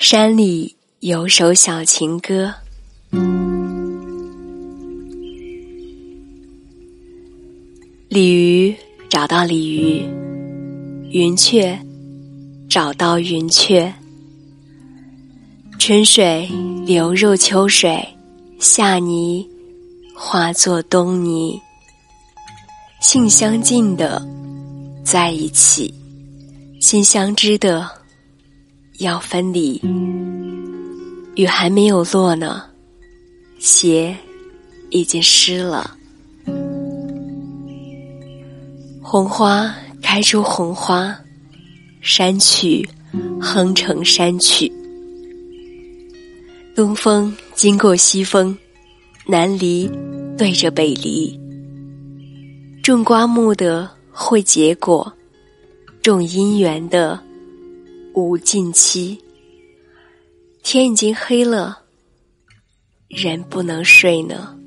山里有首小情歌，鲤鱼找到鲤鱼，云雀找到云雀，春水流入秋水，夏泥化作冬泥，性相近的在一起，心相知的要分离。雨还没有落呢，鞋已经湿了。红花开出红花，山曲哼成山曲。东风经过西风，南篱对着北篱。种瓜木的会结果，种姻缘的无尽期。天已经黑了，人不能睡呢。